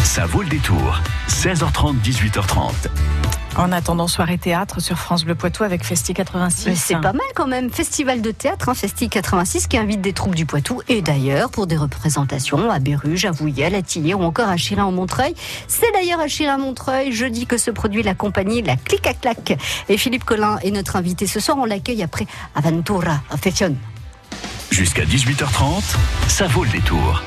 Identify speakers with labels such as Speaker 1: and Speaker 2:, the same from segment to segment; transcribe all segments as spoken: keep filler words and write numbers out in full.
Speaker 1: Ça vaut le détour. seize heures trente, dix-huit heures trente.
Speaker 2: En attendant, soirée théâtre sur France Bleu Poitou avec Festi quatre-vingt-six.
Speaker 3: C'est pas mal quand même, festival de théâtre, hein, Festi quatre-vingt-six, qui invite des troupes du Poitou et d'ailleurs pour des représentations à Béruges, à Vouillel, à Tillé ou encore à Chirain-en-Montreuil. C'est d'ailleurs à Chirain-en-Montreuil jeudi que se produit la compagnie La Clic à Clac. Et Philippe Collin est notre invité ce soir, on l'accueille après Aventura Affection.
Speaker 1: Jusqu'à dix-huit heures trente, ça vaut le détour.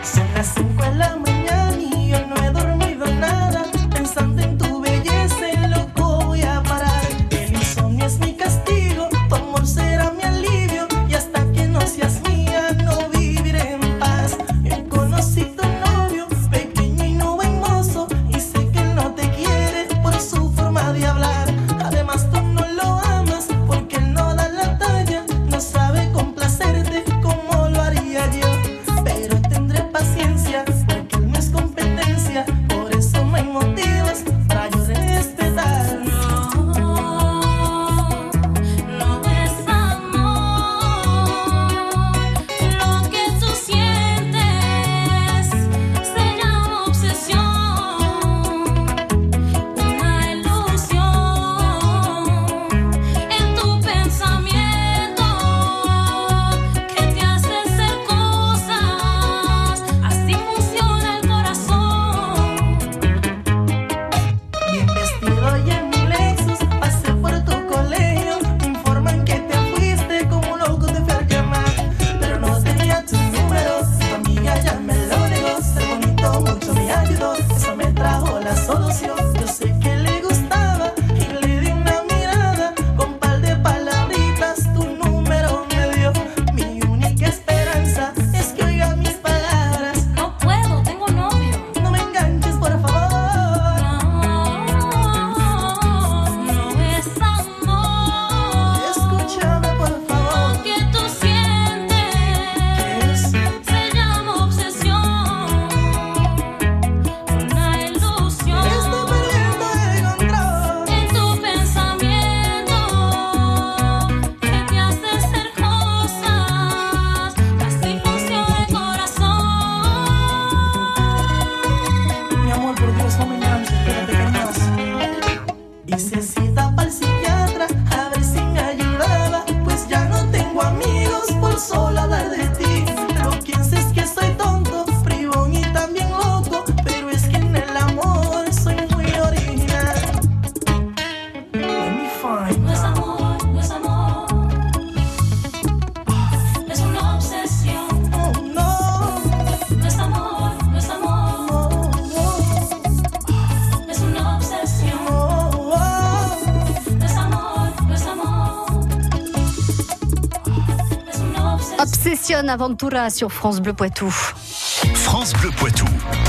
Speaker 3: Obsession Aventura sur France Bleu Poitou.
Speaker 1: France Bleu Poitou.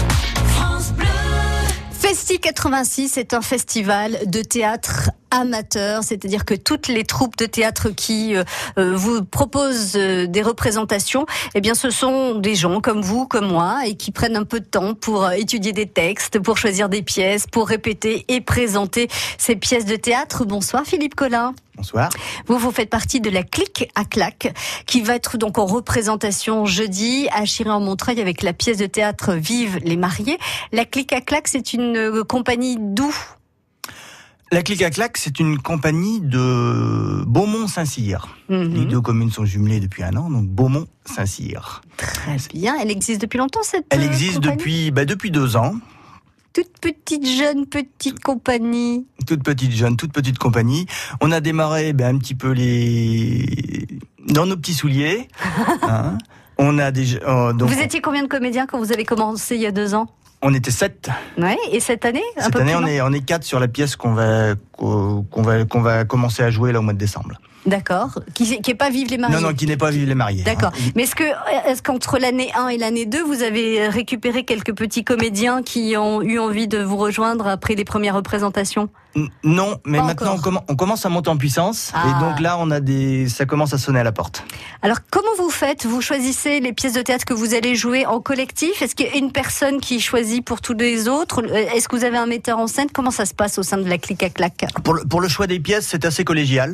Speaker 3: Festi quatre-vingt-six est un festival de théâtre amateur, c'est-à-dire que toutes les troupes de théâtre qui euh, vous proposent euh, des représentations, eh bien ce sont des gens comme vous, comme moi, et qui prennent un peu de temps pour euh, étudier des textes, pour choisir des pièces, pour répéter et présenter ces pièces de théâtre. Bonsoir Philippe Collin.
Speaker 4: Bonsoir.
Speaker 3: Vous, vous faites partie de la Clic à Clac, qui va être donc en représentation jeudi à Chirain-en-Montreuil avec la pièce de théâtre Vive les mariés. La Clic à Clac, c'est une euh, compagnie d'où ?
Speaker 4: La Clic à Clac, c'est une compagnie de Beaumont-Saint-Cyr. Mm-hmm. Les deux communes sont jumelées depuis un an, donc Beaumont-Saint-Cyr.
Speaker 3: Très bien. Elle existe depuis longtemps, cette
Speaker 4: Elle existe
Speaker 3: compagnie
Speaker 4: depuis, bah, depuis deux ans.
Speaker 3: Toute petite, jeune, petite compagnie.
Speaker 4: Toute petite, jeune, toute petite compagnie. On a démarré bah, un petit peu les... dans nos petits souliers. hein. On a déjà, euh, donc...
Speaker 3: Vous étiez combien de comédiens quand vous avez commencé il y a deux ans ?
Speaker 4: On était sept.
Speaker 3: Ouais, et cette année un
Speaker 4: Cette
Speaker 3: peu
Speaker 4: année,
Speaker 3: plus
Speaker 4: on est, on est quatre sur la pièce qu'on va, qu'on va, qu'on va commencer à jouer là au mois de décembre.
Speaker 3: D'accord. Qui n'est pas Vive les mariés.
Speaker 4: Non, non, qui n'est pas Vive les mariés.
Speaker 3: D'accord.
Speaker 4: Hein.
Speaker 3: Mais est-ce que, est-ce qu'entre l'année un et l'année deux, vous avez récupéré quelques petits comédiens qui ont eu envie de vous rejoindre après les premières représentations ?
Speaker 4: Non, mais
Speaker 3: pas
Speaker 4: maintenant on, comm- on commence à monter en puissance
Speaker 3: ah.
Speaker 4: et donc là on a des, ça commence à sonner à la porte.
Speaker 3: Alors comment vous faites ? Vous choisissez les pièces de théâtre que vous allez jouer en collectif ? Est-ce qu'il y a une personne qui choisit pour tous les autres ? Est-ce que vous avez un metteur en scène ? Comment ça se passe au sein de la Clic à Clac ?
Speaker 4: Pour le, pour le choix des pièces, c'est assez collégial.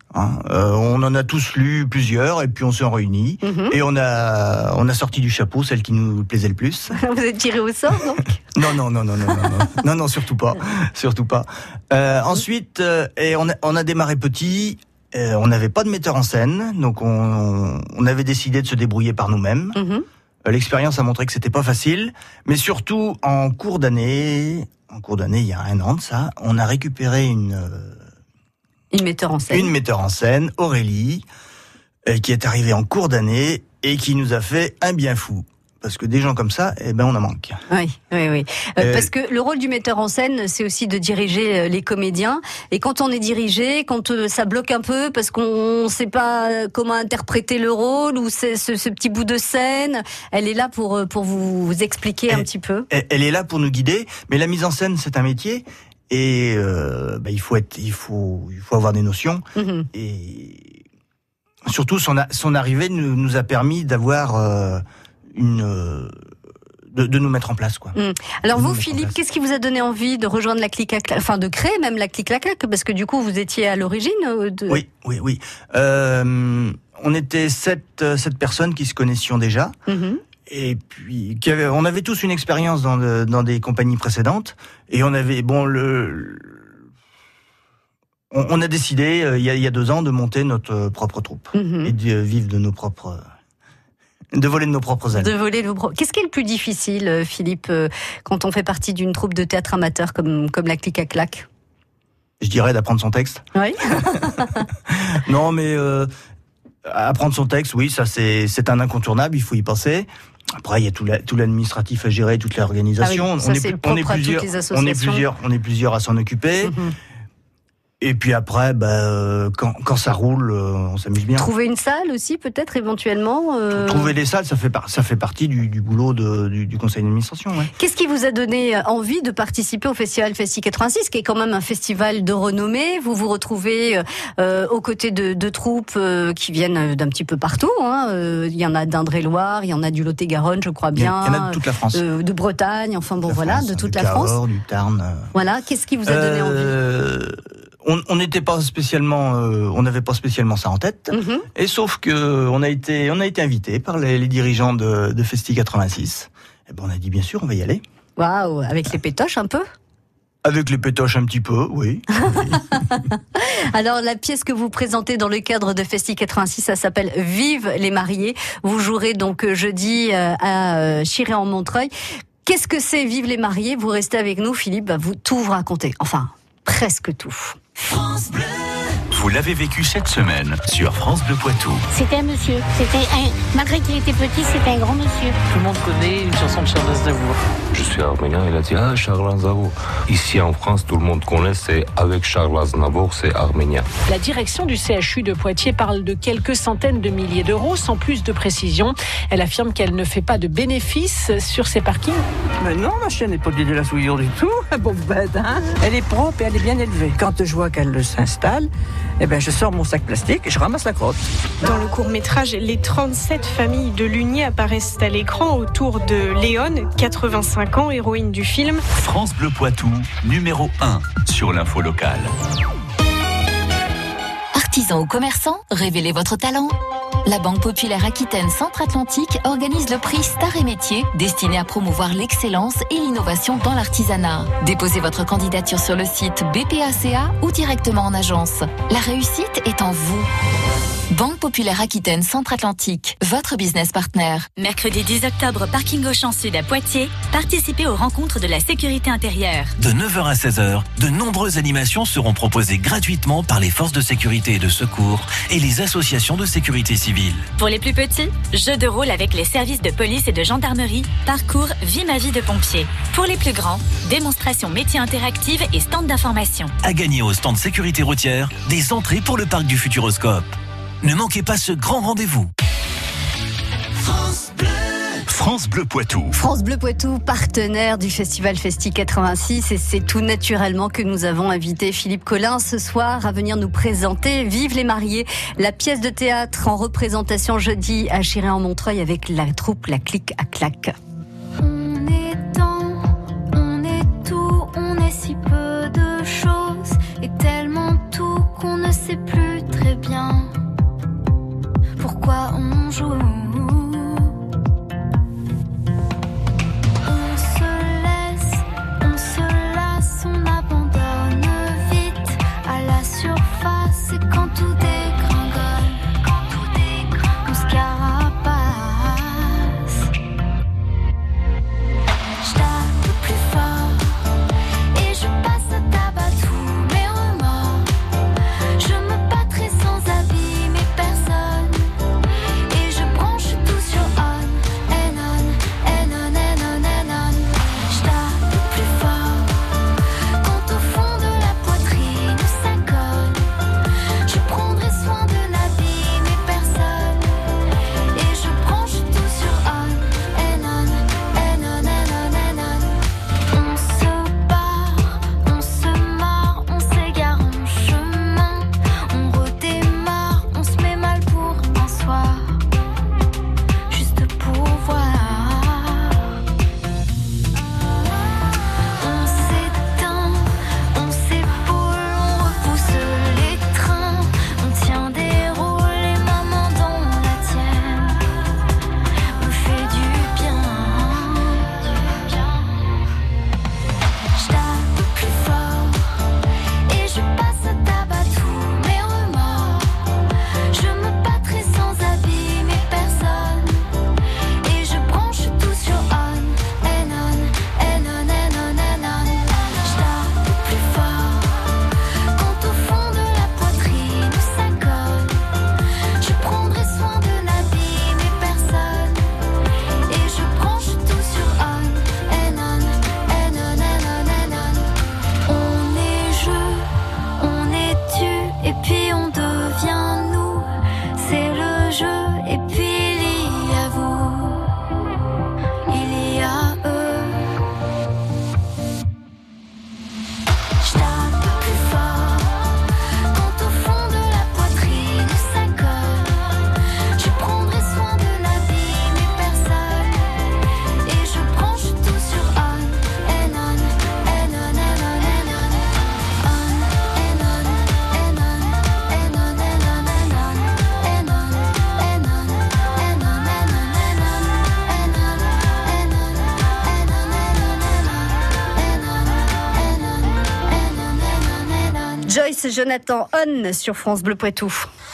Speaker 4: Hein, euh, on en a tous lu plusieurs et puis on s'est réunis mm-hmm. et on a on a sorti du chapeau celle qui nous plaisait le plus.
Speaker 3: Vous êtes tiré au sort donc?
Speaker 4: Non non non non non non non non, non surtout pas surtout pas. Euh, ensuite euh, et on a on a démarré petit. Euh, on n'avait pas de metteur en scène donc on on avait décidé de se débrouiller par nous-mêmes. Mm-hmm. Euh, l'expérience a montré que c'était pas facile, mais surtout en cours d'année en cours d'année il y a un an de ça, on a récupéré une euh,
Speaker 3: Une metteur en scène.
Speaker 4: Une metteur en scène, Aurélie, euh, qui est arrivée en cours d'année et qui nous a fait un bien fou. Parce que des gens comme ça, eh ben, on en manque.
Speaker 3: Oui, oui, oui. Euh, euh, parce que le rôle du metteur en scène, c'est aussi de diriger les comédiens. Et quand on est dirigé, quand euh, ça bloque un peu, parce qu'on ne sait pas comment interpréter le rôle, ou c'est ce, ce petit bout de scène, elle est là pour, pour vous expliquer elle, un petit peu.
Speaker 4: Elle, elle est là pour nous guider, mais la mise en scène, c'est un métier. Et euh, bah, il faut être, il faut, il faut avoir des notions. Mmh. Et surtout, son, son arrivée nous, nous a permis d'avoir euh, une, euh, de, de nous mettre en place, quoi. Mmh.
Speaker 3: Alors vous, Philippe, qu'est-ce qui vous a donné envie de rejoindre la Clique à Claque, enfin de créer même la Clique à Claque, parce que du coup, vous étiez à l'origine de.
Speaker 4: Oui, oui, oui. Euh, on était sept, sept personnes qui se connaissions déjà. Mmh. Et puis, on avait tous une expérience dans, de, dans des compagnies précédentes, et on avait, bon, le, on, on a décidé, euh, il, y a, il y a deux ans, de monter notre propre troupe, mm-hmm. et de vivre de nos propres, de voler de nos propres ailes.
Speaker 3: De voler de vos propres. Qu'est-ce qui est le plus difficile, Philippe, quand on fait partie d'une troupe de théâtre amateur comme, comme la Clique à Claque?
Speaker 4: Je dirais d'apprendre son texte.
Speaker 3: Oui.
Speaker 4: Non, mais euh, apprendre son texte, oui, ça c'est, c'est un incontournable, il faut y penser. Après, il y a tout, la, tout l'administratif à gérer, toute l'organisation.
Speaker 3: Ah oui, ça,
Speaker 4: on,
Speaker 3: est,
Speaker 4: est, on, est plusieurs, on est plusieurs, on est plusieurs à s'en occuper. Mm-hmm. Et puis après, bah, quand, quand ça roule, on s'amuse bien.
Speaker 3: Trouver une salle aussi, peut-être, éventuellement euh...
Speaker 4: Trouver des salles, ça fait, par, ça fait partie du, du boulot de, du, du conseil d'administration. Ouais.
Speaker 3: Qu'est-ce qui vous a donné envie de participer au festival Festi quatre-vingt-six, qui est quand même un festival de renommée? Vous vous retrouvez euh, aux côtés de, de troupes euh, qui viennent d'un petit peu partout. Hein. Euh, il y en a d'Indre-et-Loire, il y en a du Lot-et-Garonne, je crois bien.
Speaker 4: Il y en a de toute la France.
Speaker 3: Euh, de Bretagne, enfin bon,
Speaker 4: la
Speaker 3: voilà,
Speaker 4: France,
Speaker 3: de toute
Speaker 4: du
Speaker 3: la
Speaker 4: Cahors,
Speaker 3: France.
Speaker 4: Du Tarn. Euh...
Speaker 3: Voilà, qu'est-ce qui vous a donné
Speaker 4: euh... envie? On n'était pas spécialement, euh, on n'avait pas spécialement ça en tête. Mm-hmm. Et sauf que on a été, on a été invité par les, les dirigeants de, de Festi quatre-vingt-six. Et ben on a dit bien sûr, on va y aller.
Speaker 3: Waouh, avec les pétoches un peu.
Speaker 4: Avec les pétoches un petit peu, oui.
Speaker 3: Alors la pièce que vous présentez dans le cadre de Festi quatre-vingt-six, ça s'appelle Vive les mariés. Vous jouerez donc jeudi à Chiré-en-Montreuil. Qu'est-ce que c'est Vive les mariés? Vous restez avec nous, Philippe, bah, vous tout vous racontez. Enfin, presque tout.
Speaker 1: France Bleu. Vous l'avez vécu cette semaine sur France Bleu Poitou.
Speaker 5: C'était un monsieur. C'était un... Malgré qu'il était petit, c'était un grand monsieur.
Speaker 6: Tout le monde connaît une chanson de Charles Aznavour.
Speaker 7: Je suis arménien, il a dit « Ah, Charles Aznavour ». Ici en France, tout le monde connaît, c'est avec Charles Aznavour, c'est arménien.
Speaker 8: La direction du C H U de Poitiers parle de quelques centaines de milliers d'euros, sans plus de précision. Elle affirme qu'elle ne fait pas de bénéfices sur ces parkings.
Speaker 6: Mais non, ma chienne n'est pas de la souillure du tout. Pauvre bête, hein. Elle est propre et elle est bien élevée. Quand je vois qu'elle s'installe, eh ben, je sors mon sac plastique et je ramasse la crotte.
Speaker 9: Dans le court-métrage, les trente-sept familles de Lunier apparaissent à l'écran autour de Léone, quatre-vingt-cinq ans, héroïne du film.
Speaker 1: France Bleu Poitou, numéro un sur l'info locale.
Speaker 10: Artisans ou commerçants, révélez votre talent. La Banque Populaire Aquitaine Centre-Atlantique organise le prix Star et Métiers, destiné à promouvoir l'excellence et l'innovation dans l'artisanat. Déposez votre candidature sur le site B P A C A ou directement en agence. La réussite est en vous. Banque Populaire Aquitaine Centre-Atlantique, votre business partner.
Speaker 11: Mercredi dix octobre, parking Auchan Sud à Poitiers, participez aux rencontres de la sécurité intérieure.
Speaker 1: De neuf heures à seize heures, de nombreuses animations seront proposées gratuitement par les forces de sécurité et de secours et les associations de sécurité civile.
Speaker 11: Pour les plus petits, jeux de rôle avec les services de police et de gendarmerie, parcours Vie ma vie de pompier. Pour les plus grands, démonstrations métiers interactives et stands d'information.
Speaker 1: À gagner au stand sécurité routière, des entrées pour le parc du Futuroscope. Ne manquez pas ce grand rendez-vous. France Bleu. France Bleu Poitou.
Speaker 3: France Bleu Poitou, partenaire du festival Festi quatre-vingt-six, et c'est tout naturellement que nous avons invité Philippe Collin ce soir à venir nous présenter Vive les mariés, la pièce de théâtre en représentation jeudi à Chiré-en-Montreuil avec la troupe La Clique à Claque.
Speaker 12: On est temps, on est tout, on est si peu de choses, et tellement tout qu'on ne sait plus très bien
Speaker 3: Joyce Jonathan On sur France Bleu Poitou.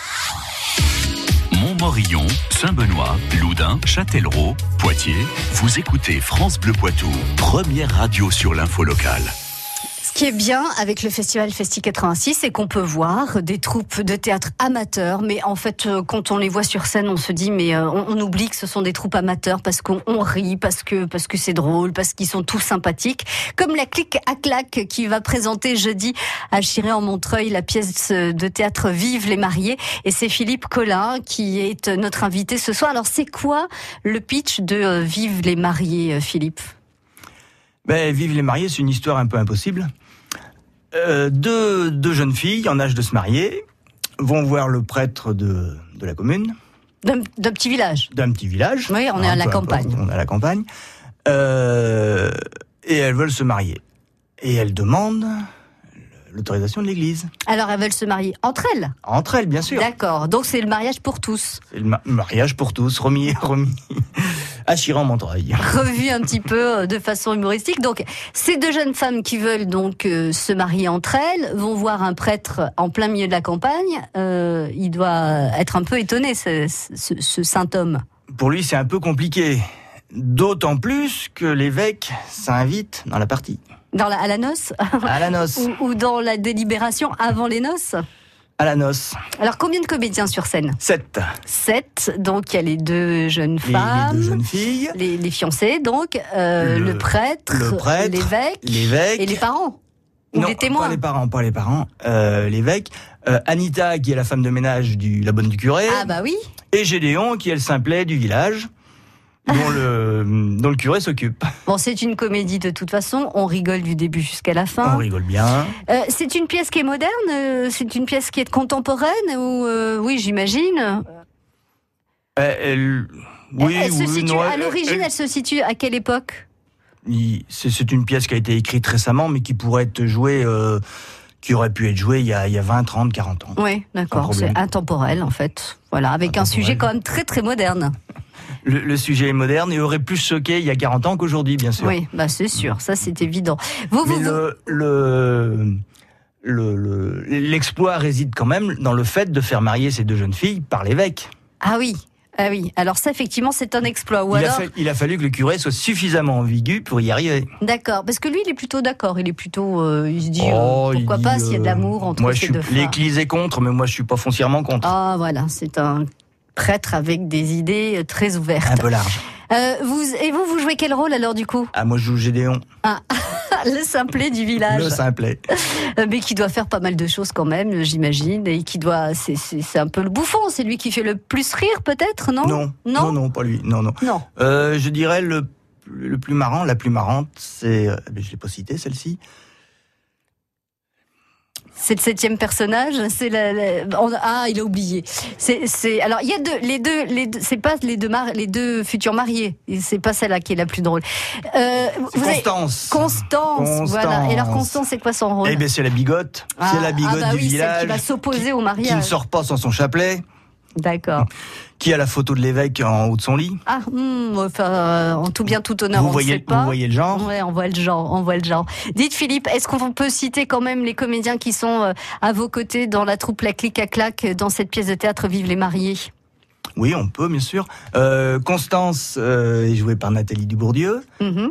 Speaker 1: Montmorillon, Saint-Benoît, Loudun, Châtellerault, Poitiers. Vous écoutez France Bleu Poitou, première radio sur l'info locale.
Speaker 3: Ce qui est bien avec le festival Festi quatre-vingt-six, c'est qu'on peut voir des troupes de théâtre amateurs, mais en fait, quand on les voit sur scène, on se dit, mais on, on oublie que ce sont des troupes amateurs parce qu'on on rit, parce que parce que c'est drôle, parce qu'ils sont tous sympathiques. Comme la Clique à Claque qui va présenter jeudi à Chiré-en-Montreuil la pièce de théâtre Vive les mariés, et c'est Philippe Collin qui est notre invité ce soir. Alors, c'est quoi le pitch de Vive les mariés, Philippe ?
Speaker 4: Ben, Vive les mariés, c'est une histoire un peu impossible. Euh, deux, deux jeunes filles en âge de se marier vont voir le prêtre de, de la commune.
Speaker 3: D'un, d'un petit village.
Speaker 4: D'un petit village.
Speaker 3: Oui, on est à la campagne.
Speaker 4: On est à la campagne. Euh, et elles veulent se marier. Et elles demandent l'autorisation de l'église.
Speaker 3: Alors, elles veulent se marier entre elles ?
Speaker 4: Entre elles, bien sûr.
Speaker 3: D'accord. Donc, c'est le mariage pour tous.
Speaker 4: C'est le ma- mariage pour tous, remis, remis à Chiré-en-Montreuil.
Speaker 3: Revu un petit peu de façon humoristique. Donc, ces deux jeunes femmes qui veulent donc euh, se marier entre elles vont voir un prêtre en plein milieu de la campagne. Euh, il doit être un peu étonné, ce, ce, ce saint homme.
Speaker 4: Pour lui, c'est un peu compliqué. D'autant plus que l'évêque s'invite dans la partie.
Speaker 3: Dans la, à la noce
Speaker 4: À la noce.
Speaker 3: ou, ou dans la délibération avant les noces.
Speaker 4: À la noce.
Speaker 3: Alors, combien de comédiens sur scène ?
Speaker 4: Sept.
Speaker 3: Sept. Donc, il y a les deux jeunes
Speaker 4: Les,
Speaker 3: femmes.
Speaker 4: les deux jeunes filles.
Speaker 3: Les, les fiancés, donc. Euh, le,
Speaker 4: le,
Speaker 3: prêtre.
Speaker 4: le prêtre.
Speaker 3: L'évêque.
Speaker 4: L'évêque.
Speaker 3: Et les parents. Ou
Speaker 4: non,
Speaker 3: les témoins.
Speaker 4: pas les parents, pas les parents. Euh, l'évêque. Euh, Anita, qui est la femme de ménage du la bonne du curé.
Speaker 3: Ah bah oui.
Speaker 4: Et Gédéon, qui est le simplet du village, dont le, dont le curé s'occupe.
Speaker 3: Bon, c'est une comédie de toute façon, on rigole du début jusqu'à la fin.
Speaker 4: On rigole bien.
Speaker 3: Euh, c'est une pièce qui est moderne, euh, c'est une pièce qui est contemporaine, ou euh, oui, j'imagine.
Speaker 4: Euh, elle, oui,
Speaker 3: elle, elle
Speaker 4: oui,
Speaker 3: se situe,
Speaker 4: non,
Speaker 3: à
Speaker 4: elle-
Speaker 3: l'origine, elle...
Speaker 4: elle-
Speaker 3: se situe à quelle époque ?
Speaker 4: il- c'est, c'est une pièce qui a été écrite récemment, mais qui pourrait être jouée, euh, qui aurait pu être jouée il y a, il y a vingt, trente, quarante ans.
Speaker 3: Oui, d'accord, c'est intemporel en fait. Voilà, avec
Speaker 4: Intemporel.
Speaker 3: un sujet quand même très très moderne.
Speaker 4: Le, le sujet est moderne et aurait plus choqué il y a quarante ans qu'aujourd'hui, bien sûr.
Speaker 3: Oui, bah c'est sûr, ça c'est évident. Vous,
Speaker 4: Mais
Speaker 3: vous,
Speaker 4: le, le, le, le- l'exploit réside quand même dans le fait de faire marier ces deux jeunes filles par l'évêque.
Speaker 3: Ah oui, ah oui. Alors ça, effectivement, c'est un exploit. Ou
Speaker 4: Il,
Speaker 3: alors,
Speaker 4: a fa- il a fallu que le curé soit suffisamment ambigu pour y arriver.
Speaker 3: d'accord, parce que lui, il est plutôt d'accord. Il est plutôt, euh, il se dit,
Speaker 4: Oh,
Speaker 3: euh, pourquoi
Speaker 4: il
Speaker 3: pas
Speaker 4: dit,
Speaker 3: s'il y a de
Speaker 4: euh,
Speaker 3: l'amour entre
Speaker 4: moi,
Speaker 3: ces
Speaker 4: je suis,
Speaker 3: deux femmes.
Speaker 4: l'Église est contre, mais moi je suis pas foncièrement contre.
Speaker 3: Ah voilà, c'est un prêtre avec des idées euh, très ouvertes.
Speaker 4: Un peu large.
Speaker 3: Euh, vous, et vous, vous jouez quel rôle alors du coup ?
Speaker 4: Ah, moi je joue Gédéon,
Speaker 3: Ah, le simplet du village.
Speaker 4: le simplet.
Speaker 3: Euh, Mais qui doit faire pas mal de choses quand même, j'imagine, et qui doit, c'est, c'est, c'est un peu le bouffon, c'est lui qui fait le plus rire peut-être, non ?
Speaker 4: Non,
Speaker 3: non,
Speaker 4: non, non, pas lui. Non, non.
Speaker 3: Non.
Speaker 4: Euh, je dirais le, le plus marrant, la plus marrante, c'est, euh, je l'ai pas cité celle-ci.
Speaker 3: C'est le septième personnage. C'est la, la- on- ah, il a oublié. C'est, c'est. Alors, il y a deux, les deux, les deux. C'est pas les deux mar, les deux futurs mariés. Et c'est pas celle-là qui est la plus drôle. Euh,
Speaker 4: C'est
Speaker 3: vous avez-
Speaker 4: Constance.
Speaker 3: Constance.
Speaker 4: Constance.
Speaker 3: Voilà. Et alors, Constance, c'est quoi son rôle ?
Speaker 4: Eh bien, c'est la bigote.
Speaker 3: Ah,
Speaker 4: c'est la bigote
Speaker 3: ah bah
Speaker 4: du
Speaker 3: oui, celle
Speaker 4: village.
Speaker 3: qui va s'opposer au
Speaker 4: qui ne
Speaker 3: mariage.
Speaker 4: sort pas sans son chapelet.
Speaker 3: D'accord.
Speaker 4: Qui a la photo de l'évêque en haut de son lit.
Speaker 3: Ah, hum, enfin, euh, en tout bien, tout honneur,
Speaker 4: Vous
Speaker 3: on ne
Speaker 4: voyez,
Speaker 3: sait pas.
Speaker 4: vous voyez le genre.
Speaker 3: Ouais, on voit le genre, on voit le genre. Dites Philippe, est-ce qu'on peut citer quand même les comédiens qui sont euh, à vos côtés dans la troupe La Clique à Claque, dans cette pièce de théâtre Vive les mariés ?
Speaker 4: Oui, on peut, bien sûr. Euh, Constance euh, est jouée par Nathalie Dubourdieu.
Speaker 3: Mhm.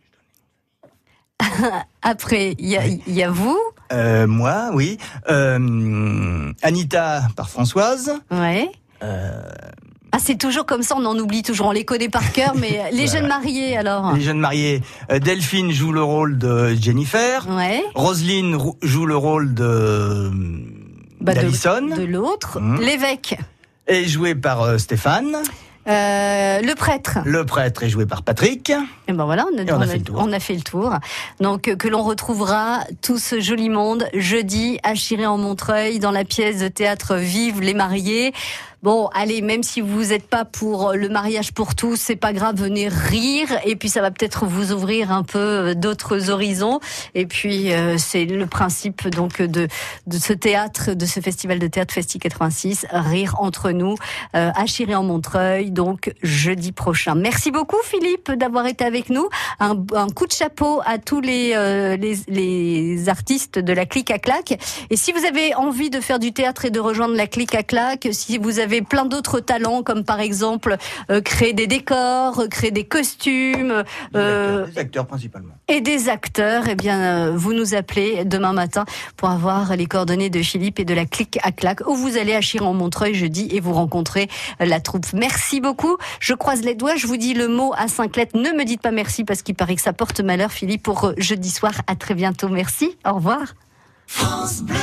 Speaker 3: Après, il y, a- il y a vous.
Speaker 4: Euh, moi, oui. Euh, Anita par Françoise.
Speaker 3: Ouais.
Speaker 4: Euh,
Speaker 3: Ah, c'est toujours comme ça, on en oublie toujours, on les connaît par cœur, mais les
Speaker 4: Voilà.
Speaker 3: jeunes mariés alors.
Speaker 4: les jeunes mariés. Euh, Delphine joue le rôle de Jennifer.
Speaker 3: Ouais.
Speaker 4: Roselyne rou- joue le rôle de
Speaker 3: Bah, de-
Speaker 4: d'Alison.
Speaker 3: De l'autre.
Speaker 4: Mhm.
Speaker 3: L'évêque.
Speaker 4: Est joué par euh, Stéphane.
Speaker 3: Euh, le prêtre.
Speaker 4: Le prêtre est joué par Patrick.
Speaker 3: Et ben voilà, on a,
Speaker 4: Et on a
Speaker 3: on a-
Speaker 4: fait le tour.
Speaker 3: on a fait le tour. Donc euh, que l'on retrouvera tout ce joli monde jeudi à Chiré-en-Montreuil dans la pièce de théâtre Vive les mariés. Bon, allez, même si vous n'êtes pas pour le mariage pour tous, c'est pas grave, venez rire et puis ça va peut-être vous ouvrir un peu d'autres horizons. Et puis euh, c'est le principe donc de de ce théâtre, de ce festival de théâtre Festi quatre-vingt-six, rire entre nous euh, à Chiré-en-Montreuil, donc jeudi prochain. Merci beaucoup Philippe d'avoir été avec avec nous. Un, un coup de chapeau à tous les, euh, les, les artistes de la Clique à Claque. Et si vous avez envie de faire du théâtre et de rejoindre la Clique à Claque, si vous avez plein d'autres talents, comme par exemple euh, créer des décors, créer des costumes...
Speaker 4: Euh, des, acteurs, des acteurs principalement.
Speaker 3: Et des acteurs, eh bien, euh, vous nous appelez demain matin pour avoir les coordonnées de Philippe et de la Clique à Claque, où vous allez à Chiron-Montreuil jeudi et vous rencontrez la troupe. Merci beaucoup. Je croise les doigts. Je vous dis le mot à cinq lettres. Ne me dites pas merci parce qu'il paraît que ça porte malheur, Philippe, pour jeudi soir. À très bientôt. Merci. Au revoir. France Bleu.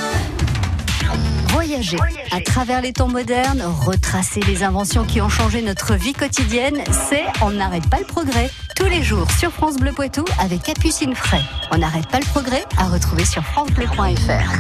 Speaker 3: Voyager à travers les temps modernes, retracer les inventions qui ont changé notre vie quotidienne, c'est On n'arrête pas le progrès. Tous les jours sur France Bleu Poitou avec Capucine Fray. On n'arrête pas le progrès, à retrouver sur francebleu point f r.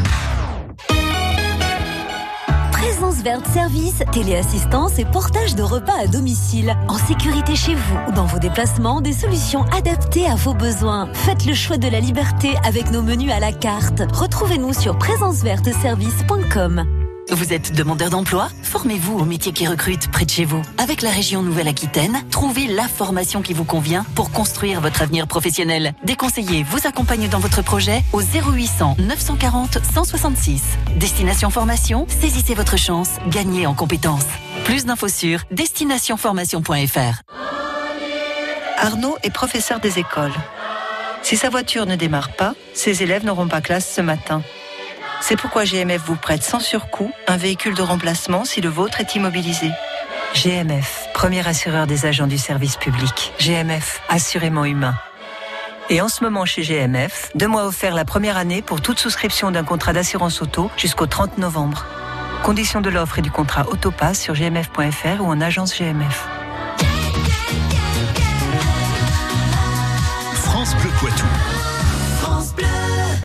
Speaker 13: Présence Verte Service, téléassistance et portage de repas à domicile. En sécurité chez vous ou dans vos déplacements, des solutions adaptées à vos besoins. Faites le choix de la liberté avec nos menus à la carte. Retrouvez-nous sur présence verte service point com.
Speaker 14: Vous êtes demandeur d'emploi ? Formez-vous au métier qui recrute près de chez vous. Avec la région Nouvelle-Aquitaine, trouvez la formation qui vous convient pour construire votre avenir professionnel. Des conseillers vous accompagnent dans votre projet au zéro huit cents neuf cent quarante cent soixante-six. Destination Formation, saisissez votre chance, gagnez en compétences. Plus d'infos sur destination formation point f r.
Speaker 15: Arnaud est professeur des écoles. Si sa voiture ne démarre pas, ses élèves n'auront pas classe ce matin. C'est pourquoi G M F vous prête sans surcoût un véhicule de remplacement si le vôtre est immobilisé. G M F, premier assureur des agents du service public. G M F, assurément humain. Et en ce moment chez G M F, deux mois offerts la première année pour toute souscription d'un contrat d'assurance auto jusqu'au trente novembre. Conditions de l'offre et du contrat Autopass sur g m f point f r ou en agence G M F.
Speaker 1: France Bleu Poitou.